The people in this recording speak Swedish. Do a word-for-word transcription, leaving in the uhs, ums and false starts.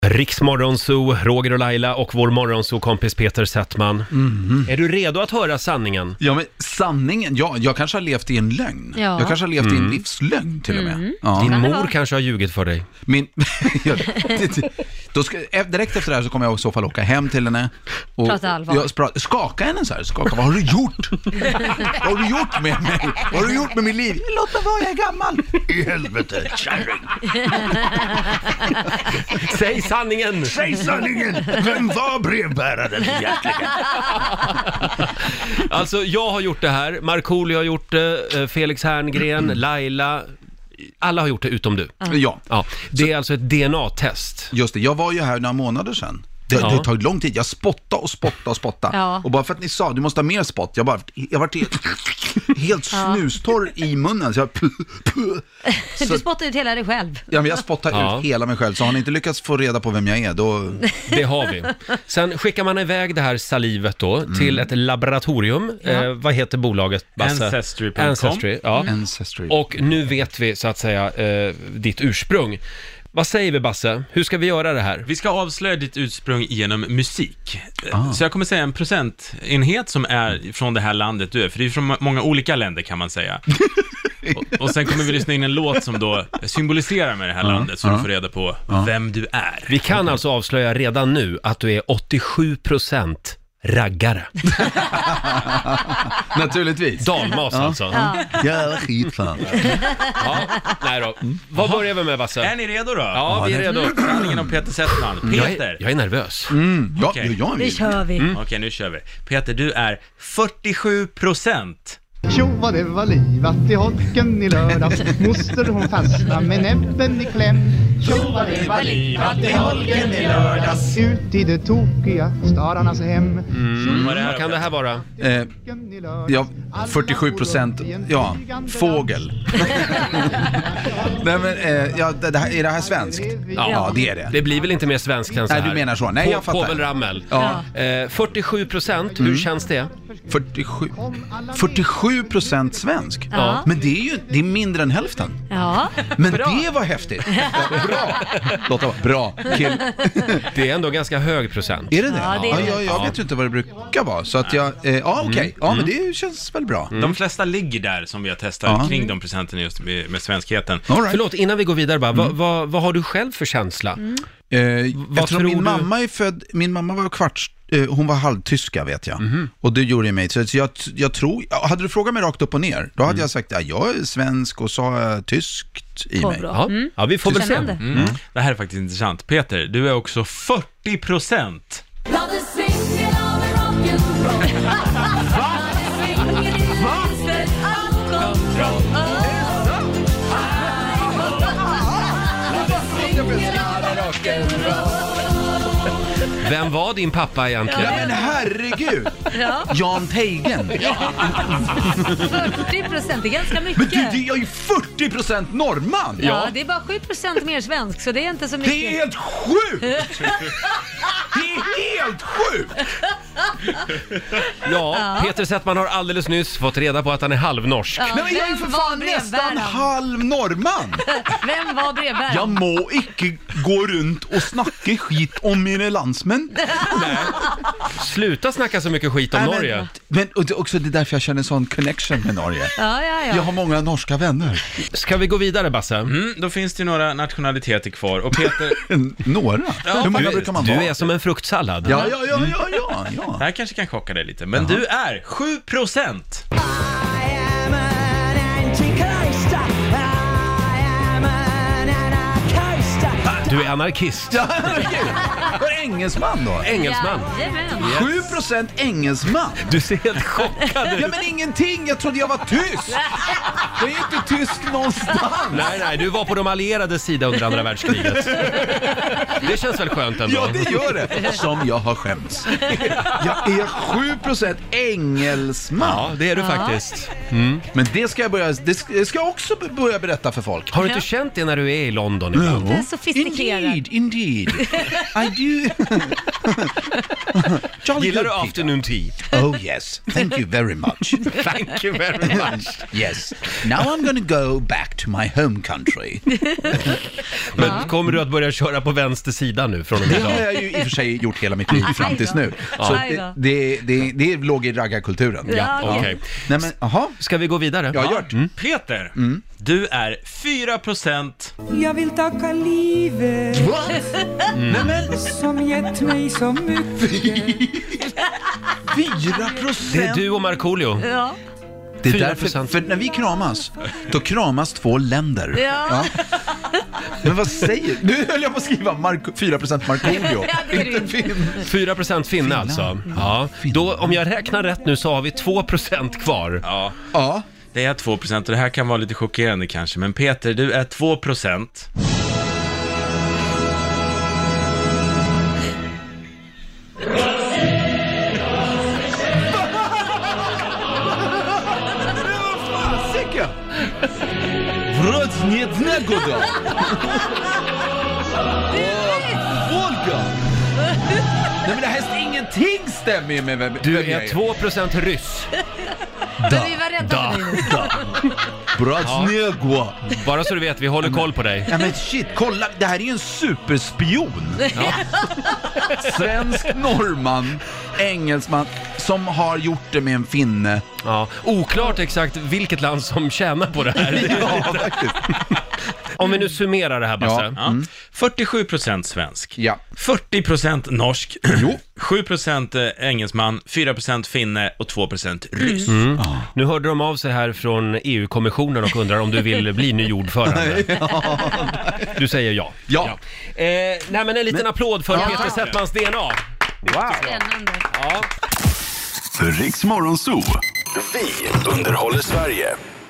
Riksmorgonzoo, Roger och Laila och vår morgonzoo-kompis Peter Settman. Mm. Är du redo att höra sanningen? Ja, men sanningen, ja, jag kanske har levt i en lögn. Ja. Jag kanske har levt Mm. i en livslögn till och med. Mm. Ja. Din Kan det mor vara? kanske har ljugit för dig. Min, då ska, direkt efter det här så kommer jag i så fall åka hem till henne och Prata allvar. jag spra, skaka henne så här, skaka, vad har du gjort? Vad har du gjort med mig? Vad har du gjort med mitt liv? Låt mig vara, jag är gammal. I helvete, kärring. Säg sanningen! Säg sanningen, vem var brevbäraren egentligen? Alltså, jag har gjort det här, Markoolio har gjort det, eh, Felix Herngren, Laila, alla har gjort det utom du. Ja, Ja, det är alltså ett D N A-test. just det. Jag var ju här några månader sedan. Det, Ja. det har tagit lång tid. Jag spottade och spottade och spottade. Ja. Och bara för att ni sa, du måste ha mer spott. Jag, bara, jag var helt, helt snustorr i munnen. Så jag, puh, puh. Du Så, spottar ut hela dig själv. ja, men jag spottar Ja. ut hela mig själv. Så har ni inte lyckats få reda på vem jag är, då... Det har vi. Sen skickar man iväg det här salivet då till ett laboratorium. Eh, vad heter bolaget, Basse? Ancestry punkt com. Ancestry, ja. Ancestry. Och nu vet vi så att säga eh, ditt ursprung. Vad säger vi, Basse? Hur ska vi göra det här? Vi ska avslöja ditt ursprung genom musik. Ah. Så jag kommer säga en procentenhet som är från det här landet du är. För det är från många olika länder kan man säga. och, och sen kommer vi lyssna in en låt som då symboliserar med det här Ah. landet. Så Ah. du får reda på Ah. vem du är. Vi kan alltså avslöja redan nu att du är åttiosju procent raggare. Naturligtvis. Dalmas alltså. Ja. Jävla skitfan. Ja. Nej då. Vad börjar vi med, Basse? Är ni redo då? Ja, vi är redo. Sanningen om Peter Settman. Jag Peter. är, jag är nervös. Mm. Ja, Okej. okay. jag Nu vill. kör vi. Okej, nu kör vi. Peter, du är fyrtiosju procent. Tjo vad det var livat i holken i lördags. Moster hon fastnade med näbben i kläm. Tjo vad det var livat i holken i lördags. Ut i det tokiga stararnas hem. Mm. Vad är det här Vad kan då, det här vara? Eh, ja, fyrtiosju procent. Ja, fågel. Nej, men, eh, ja, det, det här, är det här svenskt? Ja, ja, det är det. Det blir väl inte mer svenskt än så här? Nej, du menar så. Nej, jag fattar. Povel Ramel. Ja. Eh, fyrtiosju procent, hur känns det? fyrtiosju, fyrtiosju procent svensk. Ja. Men det är ju det är mindre än hälften. Ja. Men det var häftigt. Ja, bra. Låt vara. Bra. Kill. Det är ändå ganska hög procent. Är det det? Ja, det är det. jag, jag vet ju inte vad det brukar vara. Så att jag... Eh, ja, okej. Okay. Ja, men det känns väl bra. De flesta ligger där som vi har testat Ja. kring de procenten just med, med svenskheten. All right. Förlåt, innan vi går vidare bara, vad, vad, vad har du själv för känsla? Eh, Vad eftersom tror min du? mamma är född, min mamma var kvarts, eh, hon var halvtyska vet jag. Mhm. Och det gjorde mig, så jag, jag tror, ja, hade du frågat mig rakt upp och ner, då hade Mm. jag sagt, ja, jag är svensk och så har jag tyskt i Vad mig. bra. Ja, Mm. ja vi får väl se. Spännande. Mm. Det här är faktiskt intressant. Peter, du är också fyrtio procent. Vem var din pappa egentligen? Ja, men herregud! Ja. Jan Teigen. fyrtio procent, det är ganska mycket. Men du, det är ju fyrtio procent norrman! Ja, det är bara sju procent mer svensk, så det är inte så mycket. Det är helt sjukt! Det är helt sjukt! Ja, Peter Settman har alldeles nyss fått reda på att han är halvnorsk. Ja, Nej, men jag är ju för vem var fan nästan brevbäraren? halv norrman! Vem var brevbäraren? Jag må icke gå runt och snacka skit om mina landsmän. Sluta snacka så mycket skit om Nej, Norge. Men, men och det, också det är därför jag känner sån connection med Norge. Ja, ja, ja. Jag har många norska vänner. Ska vi gå vidare, Basse? Mm, då finns det ju några nationaliteter kvar. Och Peter, Några? Hur många Du, brukar man du vara? är som en fruktsallad. Ja, ja, ja, ja, ja, ja. det här kanske kan chocka dig lite, men du är sju procent. Du är anarkist. Ja, herregud. Vad är engelsman då? Engelsman. Jajamän. sju procent engelsman. Du ser helt chockad Ja, ut. men ingenting. Jag trodde jag var tysk. Jag är inte tysk någonstans. Nej, nej, du var på de allierades sida under andra världskriget. Det känns väl skönt ändå? Ja, det gör det. Som jag har skämts. Jag är sju procent engelsman. Ja, det är du faktiskt. Men det ska jag börja, det ska, det ska jag också börja berätta för folk. Har du inte känt det när du är i London ibland? Det är sofistikerat. importerad. Indeed, indeed. I do. Jolly Gillar good, du afternoon tea? Peter. Oh yes, thank you very much. Thank you very much. Yes. Now I'm gonna go back to my home country. Men kommer du att börja köra på vänster sida nu från och med Det har idag? jag ju i och för sig gjort hela mitt liv fram tills nu. Så Aj det, då. det, det, det låg i raggarkulturen. Ja, okej. Okej. Nej men, aha. Ska vi gå vidare? Jag har gjort. Mm. Peter, du är fyra procent Jag vill tacka livet Nej som gett mig så mycket. fyra Det är procent. du och Markoolio. Ja. Det är fyra därför, procent. för när vi kramas, då kramas två länder. Ja. Men vad säger du? Nu höll jag på att skriva Marco, fyra procent Markoolio. Ja, det är det Inte inte. Finn. fyra procent finne alltså. Ja. Då, om jag räknar rätt nu så har vi två procent kvar. Ja, Ja. det är två procent och det här kan vara lite chockerande kanske. Men Peter, du är två procent. Fasiken! Wrodniednego då! Volga! Nej men det här är ingenting stämmer ju med vem Du vem jag är två procent ryss. Men vi var rädda för dig. Wrodniednego! Bara så du vet, vi håller koll på dig. Ja men shit, kolla, det här är ju en superspion. Svensk norrman, engelsman, som har gjort det med en finne. Ja. Oklart exakt vilket land som tjänar på det här. Ja, faktiskt. Om vi nu summerar det här, Basse. Ja. fyrtiosju procent svensk. Ja. fyrtio procent norsk. sju procent engelsman, fyra procent finne och två procent ryss. Nu hörde de av sig här från E U-kommissionen och undrar om du vill bli ny ordförande. Du säger ja. Ja. Eh, nej men en liten applåd för Ja, Peter tack. Settmans D N A. Wow. Spännande. Ja. Riks Morgonzoo. Vi underhåller Sverige.